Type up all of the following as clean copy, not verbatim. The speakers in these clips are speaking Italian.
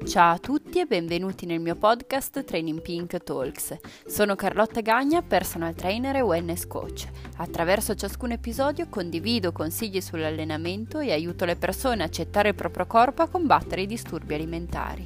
Ciao a tutti e benvenuti nel mio podcast Training Pink Talks. Sono Carlotta Gagna, personal trainer e wellness coach. Attraverso ciascun episodio condivido consigli sull'allenamento e aiuto le persone a accettare il proprio corpo e a combattere i disturbi alimentari.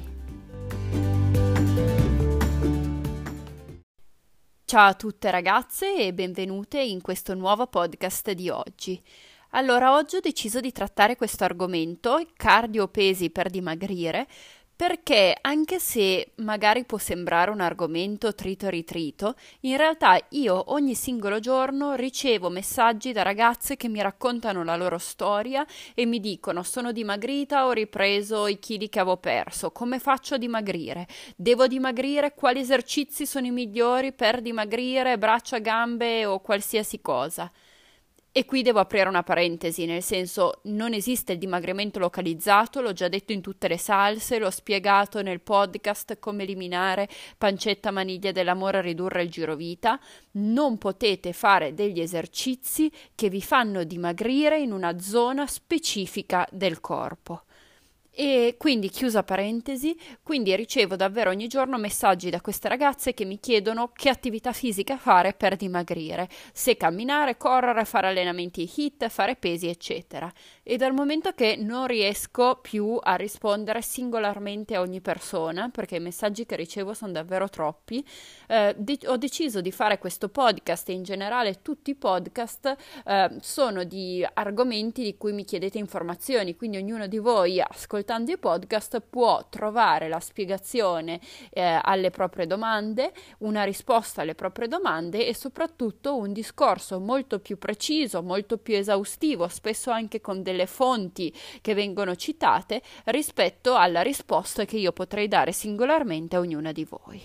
Ciao a tutte ragazze e benvenute in questo nuovo podcast di oggi. Allora, oggi ho deciso di trattare questo argomento, cardio pesi per dimagrire, perché anche se magari può sembrare un argomento trito e ritrito, in realtà io ogni singolo giorno ricevo messaggi da ragazze che mi raccontano la loro storia e mi dicono: sono dimagrita, ho ripreso i chili che avevo perso, come faccio a dimagrire? Devo dimagrire? Quali esercizi sono i migliori per dimagrire, braccia, gambe o qualsiasi cosa? E qui devo aprire una parentesi, nel senso, non esiste il dimagrimento localizzato, l'ho già detto in tutte le salse, l'ho spiegato nel podcast come eliminare pancetta, maniglia dell'amore e ridurre il girovita. Non potete fare degli esercizi che vi fanno dimagrire in una zona specifica del corpo. E quindi, chiusa parentesi, quindi ricevo davvero ogni giorno messaggi da queste ragazze che mi chiedono che attività fisica fare per dimagrire, se camminare, correre, fare allenamenti HIIT, fare pesi, eccetera. E dal momento che non riesco più a rispondere singolarmente a ogni persona, perché i messaggi che ricevo sono davvero troppi, ho deciso di fare questo podcast e in generale tutti i podcast sono di argomenti di cui mi chiedete informazioni, quindi ognuno di voi ascoltando i podcast può trovare la spiegazione alle proprie domande, una risposta alle proprie domande e soprattutto un discorso molto più preciso, molto più esaustivo, spesso anche con delle fonti che vengono citate rispetto alla risposta che io potrei dare singolarmente a ognuna di voi.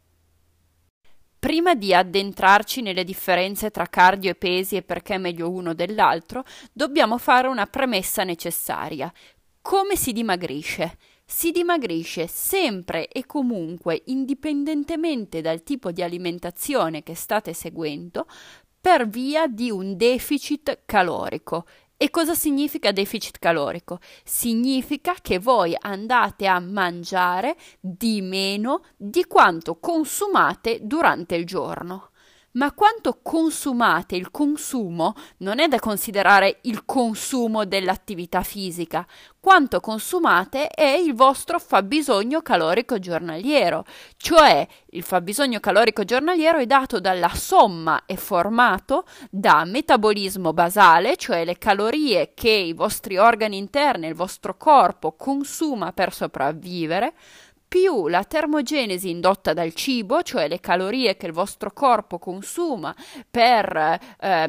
Prima di addentrarci nelle differenze tra cardio e pesi e perché è meglio uno dell'altro, dobbiamo fare una premessa necessaria. Come si dimagrisce? Si dimagrisce sempre e comunque, indipendentemente dal tipo di alimentazione che state seguendo, per via di un deficit calorico. E cosa significa deficit calorico? Significa che voi andate a mangiare di meno di quanto consumate durante il giorno. Ma quanto consumate, il consumo non è da considerare il consumo dell'attività fisica. Quanto consumate è il vostro fabbisogno calorico giornaliero, cioè il fabbisogno calorico giornaliero è dato dalla somma, è formato da metabolismo basale, cioè le calorie che i vostri organi interni, il vostro corpo consuma per sopravvivere, più la termogenesi indotta dal cibo, cioè le calorie che il vostro corpo consuma per,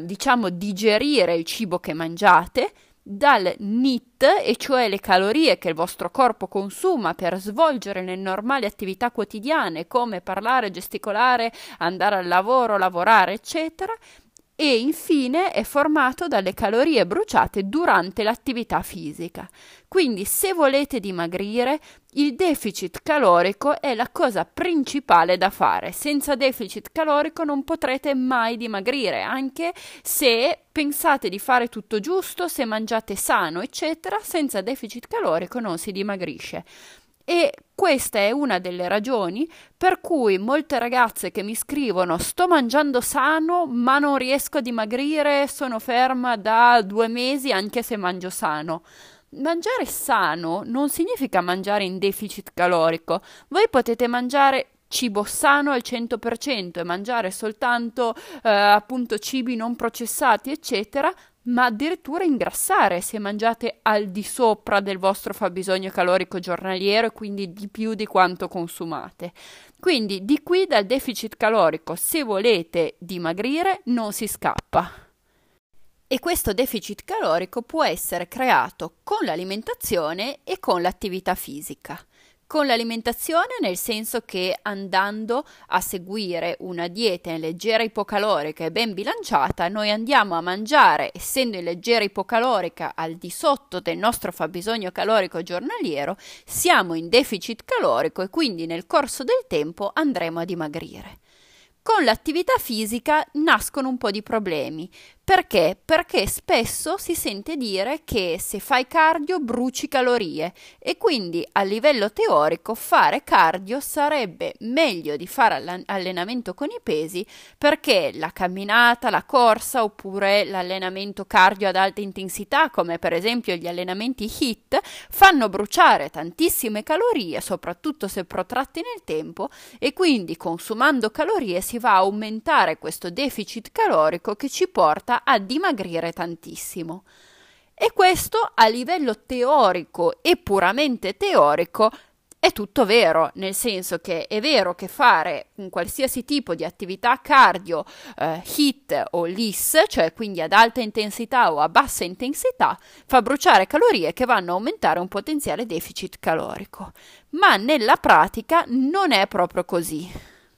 digerire il cibo che mangiate, dal NEAT, e cioè le calorie che il vostro corpo consuma per svolgere le normali attività quotidiane come parlare, gesticolare, andare al lavoro, lavorare, eccetera, e infine è formato dalle calorie bruciate durante l'attività fisica. Quindi se volete dimagrire, il deficit calorico è la cosa principale da fare. Senza deficit calorico non potrete mai dimagrire, anche se pensate di fare tutto giusto, se mangiate sano, eccetera, senza deficit calorico non si dimagrisce. E questa è una delle ragioni per cui molte ragazze che mi scrivono: sto mangiando sano ma non riesco a dimagrire, sono ferma da 2 mesi anche se mangio sano. Mangiare sano non significa mangiare in deficit calorico. Voi potete mangiare cibo sano al 100% e mangiare soltanto appunto cibi non processati, eccetera, ma addirittura ingrassare se mangiate al di sopra del vostro fabbisogno calorico giornaliero e quindi di più di quanto consumate. Quindi di qui dal deficit calorico, se volete dimagrire, non si scappa. E questo deficit calorico può essere creato con l'alimentazione e con l'attività fisica. Con l'alimentazione, nel senso che andando a seguire una dieta in leggera ipocalorica e ben bilanciata, noi andiamo a mangiare, essendo in leggera ipocalorica al di sotto del nostro fabbisogno calorico giornaliero, siamo in deficit calorico e quindi nel corso del tempo andremo a dimagrire. Con l'attività fisica nascono un po' di problemi, Perché? Perché spesso si sente dire che se fai cardio bruci calorie e quindi a livello teorico fare cardio sarebbe meglio di fare allenamento con i pesi, perché la camminata, la corsa oppure l'allenamento cardio ad alta intensità, come per esempio gli allenamenti HIIT, fanno bruciare tantissime calorie, soprattutto se protratti nel tempo, e quindi consumando calorie si va a aumentare questo deficit calorico che ci porta a dimagrire tantissimo. E questo a livello teorico e puramente teorico è tutto vero, nel senso che è vero che fare un qualsiasi tipo di attività cardio, HIIT o LIS, cioè quindi ad alta intensità o a bassa intensità, fa bruciare calorie che vanno a aumentare un potenziale deficit calorico. Ma nella pratica non è proprio così.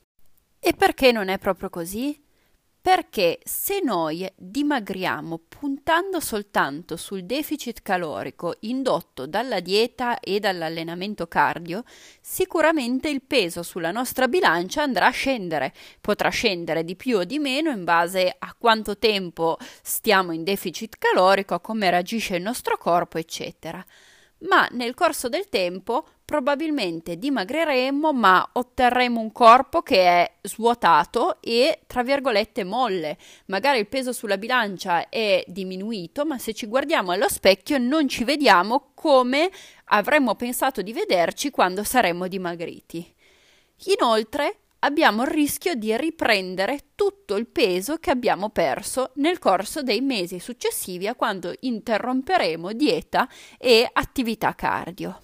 E perché non è proprio così? Perché se noi dimagriamo puntando soltanto sul deficit calorico indotto dalla dieta e dall'allenamento cardio, sicuramente il peso sulla nostra bilancia andrà a scendere. Potrà scendere di più o di meno in base a quanto tempo stiamo in deficit calorico, a come reagisce il nostro corpo, eccetera. Ma nel corso del tempo probabilmente dimagriremo, ma otterremo un corpo che è svuotato e, tra virgolette, molle. Magari il peso sulla bilancia è diminuito, ma se ci guardiamo allo specchio non ci vediamo come avremmo pensato di vederci quando saremmo dimagriti. Inoltre, abbiamo il rischio di riprendere tutto il peso che abbiamo perso nel corso dei mesi successivi a quando interromperemo dieta e attività cardio.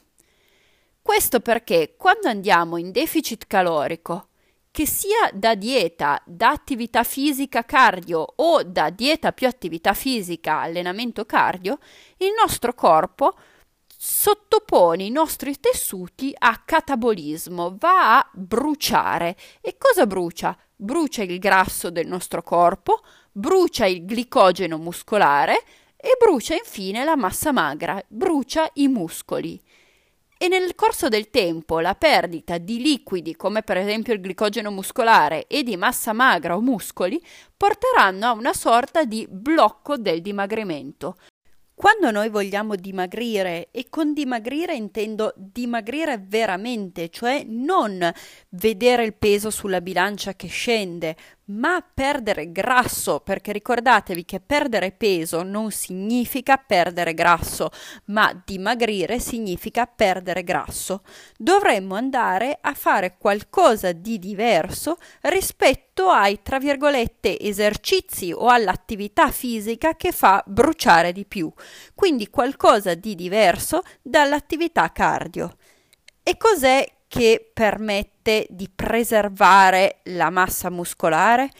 Questo perché quando andiamo in deficit calorico, che sia da dieta, da attività fisica cardio o da dieta più attività fisica, allenamento cardio, il nostro corpo sottopone i nostri tessuti a catabolismo, va a bruciare. E cosa brucia? Brucia il grasso del nostro corpo, brucia il glicogeno muscolare e brucia infine la massa magra, brucia i muscoli. E nel corso del tempo la perdita di liquidi, come per esempio il glicogeno muscolare, e di massa magra o muscoli, porteranno a una sorta di blocco del dimagrimento. Quando noi vogliamo dimagrire, e con dimagrire intendo dimagrire veramente, cioè non vedere il peso sulla bilancia che scende, ma perdere grasso, perché ricordatevi che perdere peso non significa perdere grasso, ma dimagrire significa perdere grasso. Dovremmo andare a fare qualcosa di diverso rispetto ai, tra virgolette, esercizi o all'attività fisica che fa bruciare di più. Quindi qualcosa di diverso dall'attività cardio. E cos'è che permette di preservare la massa muscolare?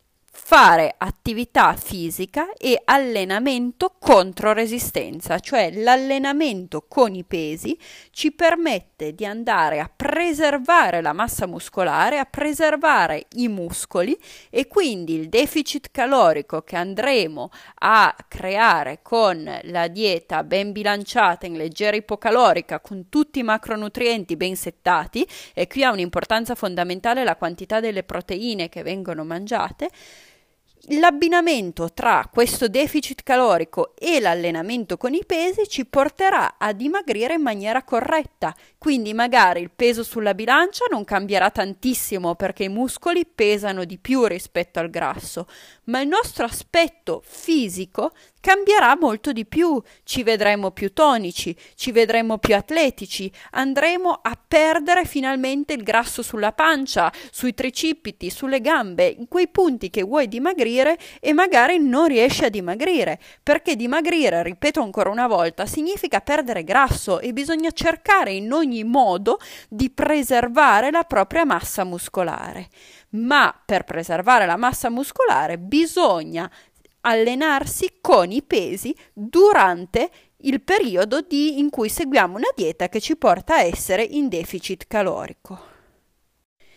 Fare attività fisica e allenamento contro resistenza, cioè l'allenamento con i pesi ci permette di andare a preservare la massa muscolare, a preservare i muscoli, e quindi il deficit calorico che andremo a creare con la dieta ben bilanciata, in leggera ipocalorica, con tutti i macronutrienti ben settati, e qui ha un'importanza fondamentale la quantità delle proteine che vengono mangiate. L'abbinamento tra questo deficit calorico e l'allenamento con i pesi ci porterà a dimagrire in maniera corretta, quindi magari il peso sulla bilancia non cambierà tantissimo perché i muscoli pesano di più rispetto al grasso, ma il nostro aspetto fisico cambierà molto di più, ci vedremo più tonici, ci vedremo più atletici, andremo a perdere finalmente il grasso sulla pancia, sui tricipiti, sulle gambe, in quei punti che vuoi dimagrire e magari non riesci a dimagrire, perché dimagrire, ripeto ancora una volta, significa perdere grasso e bisogna cercare in ogni modo di preservare la propria massa muscolare. Ma per preservare la massa muscolare bisogna allenarsi con i pesi durante il periodo in cui seguiamo una dieta che ci porta a essere in deficit calorico.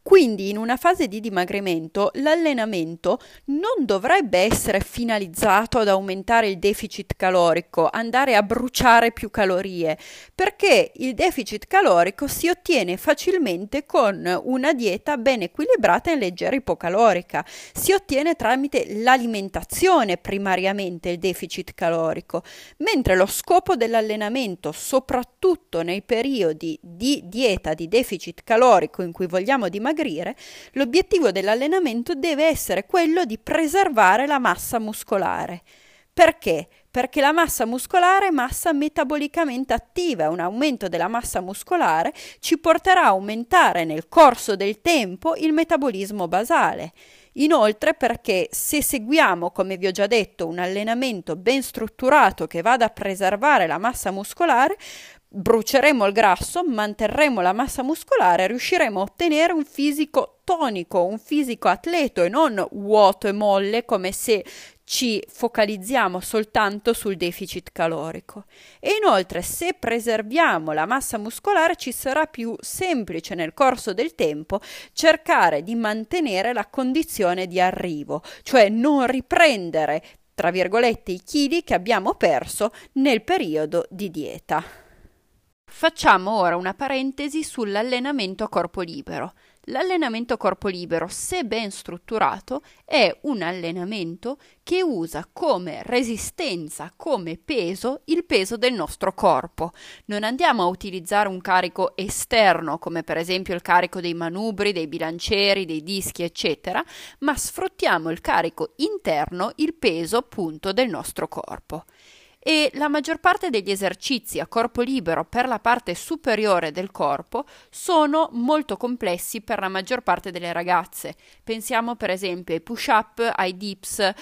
Quindi in una fase di dimagrimento l'allenamento non dovrebbe essere finalizzato ad aumentare il deficit calorico, andare a bruciare più calorie, perché il deficit calorico si ottiene facilmente con una dieta ben equilibrata e leggera ipocalorica. Si ottiene tramite l'alimentazione primariamente il deficit calorico, mentre lo scopo dell'allenamento, soprattutto nei periodi di dieta di deficit calorico in cui vogliamo dimagrire, l'obiettivo dell'allenamento deve essere quello di preservare la massa muscolare. Perché? Perché la massa muscolare è massa metabolicamente attiva e un aumento della massa muscolare ci porterà a aumentare nel corso del tempo il metabolismo basale. Inoltre, perché se seguiamo, come vi ho già detto, un allenamento ben strutturato che vada a preservare la massa muscolare, bruceremo il grasso, manterremo la massa muscolare, riusciremo a ottenere un fisico tonico, un fisico atleto e non vuoto e molle come se ci focalizziamo soltanto sul deficit calorico. E inoltre, se preserviamo la massa muscolare, ci sarà più semplice nel corso del tempo cercare di mantenere la condizione di arrivo, cioè non riprendere, tra virgolette, i chili che abbiamo perso nel periodo di dieta. Facciamo ora una parentesi sull'allenamento a corpo libero. L'allenamento a corpo libero, se ben strutturato, è un allenamento che usa come resistenza, come peso, il peso del nostro corpo. Non andiamo a utilizzare un carico esterno, come per esempio il carico dei manubri, dei bilancieri, dei dischi, eccetera, ma sfruttiamo il carico interno, il peso appunto del nostro corpo. E la maggior parte degli esercizi a corpo libero per la parte superiore del corpo sono molto complessi per la maggior parte delle ragazze. Pensiamo per esempio ai push-up, ai dips,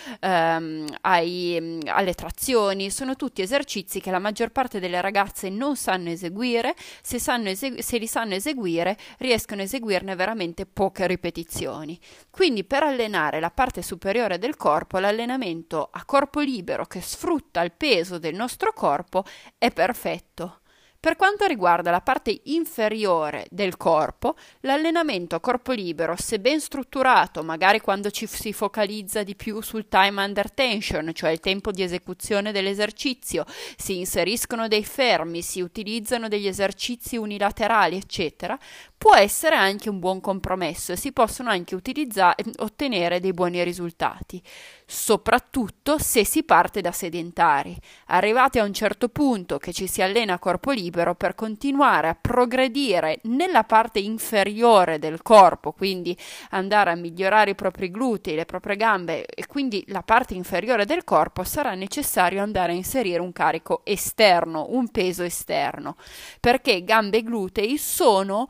alle trazioni. Sono tutti esercizi che la maggior parte delle ragazze non sanno eseguire. Se li sanno eseguire, riescono a eseguirne veramente poche ripetizioni. Quindi per allenare la parte superiore del corpo, l'allenamento a corpo libero che sfrutta il peso del nostro corpo è perfetto. Per quanto riguarda la parte inferiore del corpo, l'allenamento a corpo libero, se ben strutturato, magari quando ci si focalizza di più sul time under tension, cioè il tempo di esecuzione dell'esercizio, si inseriscono dei fermi, si utilizzano degli esercizi unilaterali, eccetera, può essere anche un buon compromesso e si possono anche ottenere dei buoni risultati, soprattutto se si parte da sedentari. Arrivati a un certo punto che ci si allena a corpo libero, per continuare a progredire nella parte inferiore del corpo, quindi andare a migliorare i propri glutei, le proprie gambe e quindi la parte inferiore del corpo, sarà necessario andare a inserire un carico esterno, un peso esterno, perché gambe e glutei sono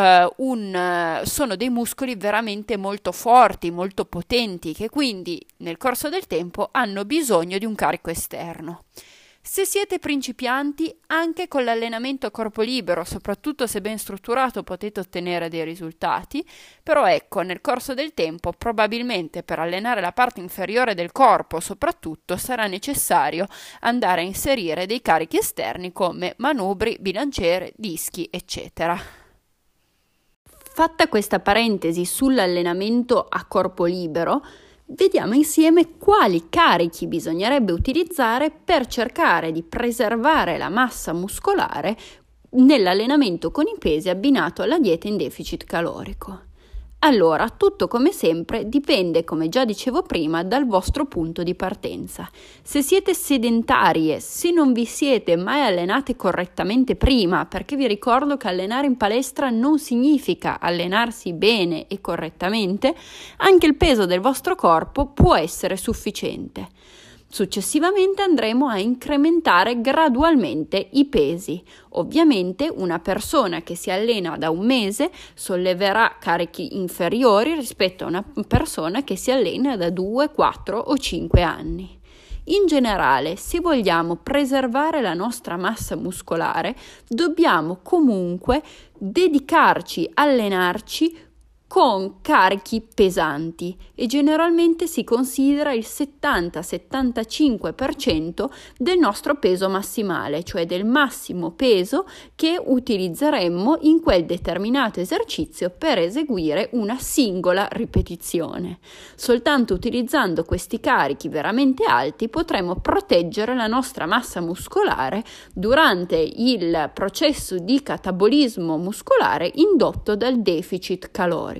dei muscoli veramente molto forti, molto potenti, che quindi nel corso del tempo hanno bisogno di un carico esterno. Se siete principianti, anche con l'allenamento a corpo libero, soprattutto se ben strutturato, potete ottenere dei risultati, però ecco, nel corso del tempo, probabilmente per allenare la parte inferiore del corpo, soprattutto, sarà necessario andare a inserire dei carichi esterni come manubri, bilanciere, dischi, eccetera. Fatta questa parentesi sull'allenamento a corpo libero, vediamo insieme quali carichi bisognerebbe utilizzare per cercare di preservare la massa muscolare nell'allenamento con i pesi abbinato alla dieta in deficit calorico. Allora, tutto come sempre dipende, come già dicevo prima, dal vostro punto di partenza. Se siete sedentarie, se non vi siete mai allenate correttamente prima, perché vi ricordo che allenare in palestra non significa allenarsi bene e correttamente, anche il peso del vostro corpo può essere sufficiente. Successivamente andremo a incrementare gradualmente i pesi. Ovviamente una persona che si allena da un mese solleverà carichi inferiori rispetto a una persona che si allena da 2, 4 o 5 anni. In generale, se vogliamo preservare la nostra massa muscolare, dobbiamo comunque dedicarci, allenarci con carichi pesanti e generalmente si considera il 70-75% del nostro peso massimale, cioè del massimo peso che utilizzeremmo in quel determinato esercizio per eseguire una singola ripetizione. Soltanto utilizzando questi carichi veramente alti potremo proteggere la nostra massa muscolare durante il processo di catabolismo muscolare indotto dal deficit calorico.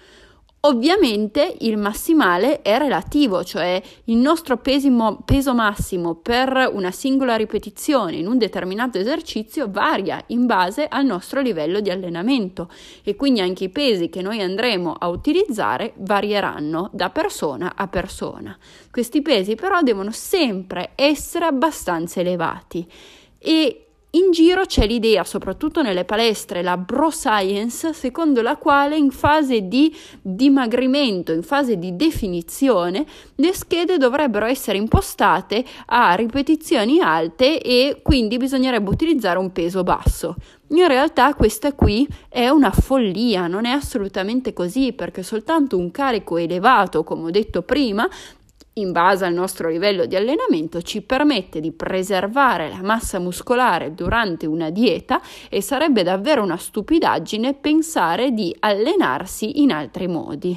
Ovviamente il massimale è relativo, cioè il nostro peso massimo per una singola ripetizione in un determinato esercizio varia in base al nostro livello di allenamento e quindi anche i pesi che noi andremo a utilizzare varieranno da persona a persona. Questi pesi però devono sempre essere abbastanza elevati e in giro c'è l'idea, soprattutto nelle palestre, la bro science, secondo la quale in fase di dimagrimento, in fase di definizione, le schede dovrebbero essere impostate a ripetizioni alte e quindi bisognerebbe utilizzare un peso basso. In realtà questa qui è una follia, non è assolutamente così, perché soltanto un carico elevato, come ho detto prima, in base al nostro livello di allenamento ci permette di preservare la massa muscolare durante una dieta e sarebbe davvero una stupidaggine pensare di allenarsi in altri modi.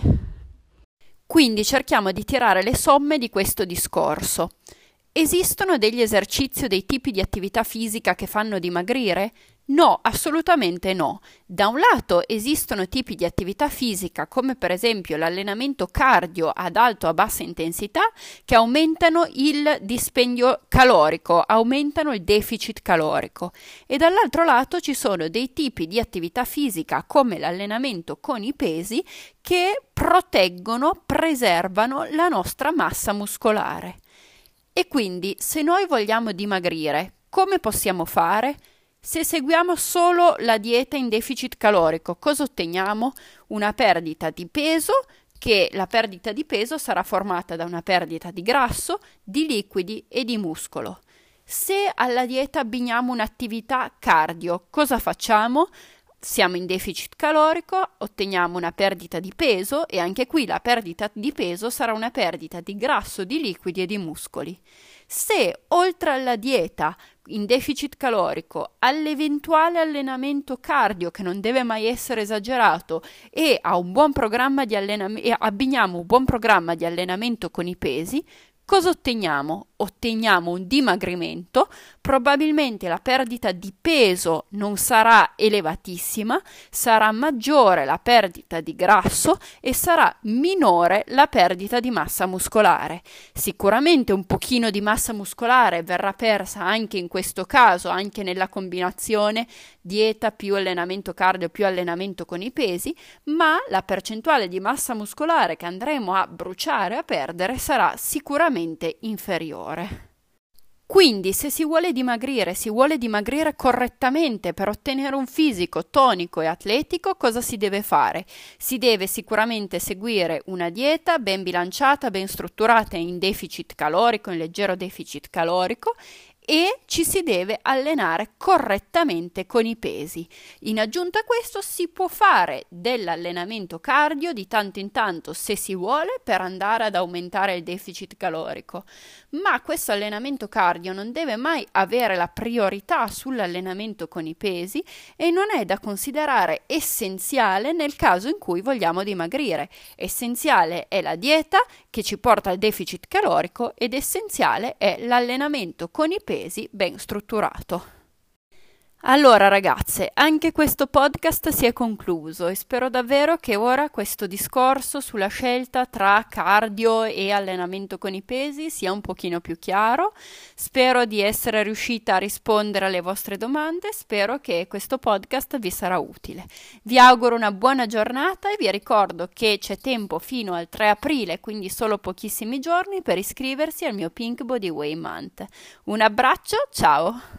Quindi cerchiamo di tirare le somme di questo discorso. Esistono degli esercizi o dei tipi di attività fisica che fanno dimagrire? No, assolutamente no. Da un lato esistono tipi di attività fisica come per esempio l'allenamento cardio ad alta o bassa intensità che aumentano il dispendio calorico, aumentano il deficit calorico e dall'altro lato ci sono dei tipi di attività fisica come l'allenamento con i pesi che proteggono, preservano la nostra massa muscolare. E quindi se noi vogliamo dimagrire, come possiamo fare? Se seguiamo solo la dieta in deficit calorico, cosa otteniamo? Una perdita di peso, che la perdita di peso sarà formata da una perdita di grasso, di liquidi e di muscolo. Se alla dieta abbiniamo un'attività cardio, cosa facciamo? Siamo in deficit calorico, otteniamo una perdita di peso e anche qui la perdita di peso sarà una perdita di grasso, di liquidi e di muscoli. Se oltre alla dieta in deficit calorico, all'eventuale allenamento cardio che non deve mai essere esagerato e a un buon programma di abbiniamo un buon programma di allenamento con i pesi, cosa otteniamo? Otteniamo un dimagrimento, probabilmente la perdita di peso non sarà elevatissima, sarà maggiore la perdita di grasso e sarà minore la perdita di massa muscolare. Sicuramente un pochino di massa muscolare verrà persa anche in questo caso, anche nella combinazione dieta più allenamento cardio più allenamento con i pesi, ma la percentuale di massa muscolare che andremo a bruciare, a perdere, sarà sicuramente inferiore. Quindi se si vuole dimagrire correttamente per ottenere un fisico tonico e atletico, cosa si deve fare? Si deve sicuramente seguire una dieta ben bilanciata, ben strutturata in deficit calorico, in leggero deficit calorico e ci si deve allenare correttamente con i pesi. In aggiunta a questo si può fare dell'allenamento cardio di tanto in tanto se si vuole per andare ad aumentare il deficit calorico, ma questo allenamento cardio non deve mai avere la priorità sull'allenamento con i pesi e non è da considerare essenziale nel caso in cui vogliamo dimagrire. Essenziale è la dieta che ci porta al deficit calorico ed essenziale è l'allenamento con i pesi ben strutturato. Allora ragazze, anche questo podcast si è concluso e spero davvero che ora questo discorso sulla scelta tra cardio e allenamento con i pesi sia un pochino più chiaro. Spero di essere riuscita a rispondere alle vostre domande, spero che questo podcast vi sarà utile. Vi auguro una buona giornata e vi ricordo che c'è tempo fino al 3 aprile, quindi solo pochissimi giorni, per iscriversi al mio Pink Body Way Month. Un abbraccio, ciao!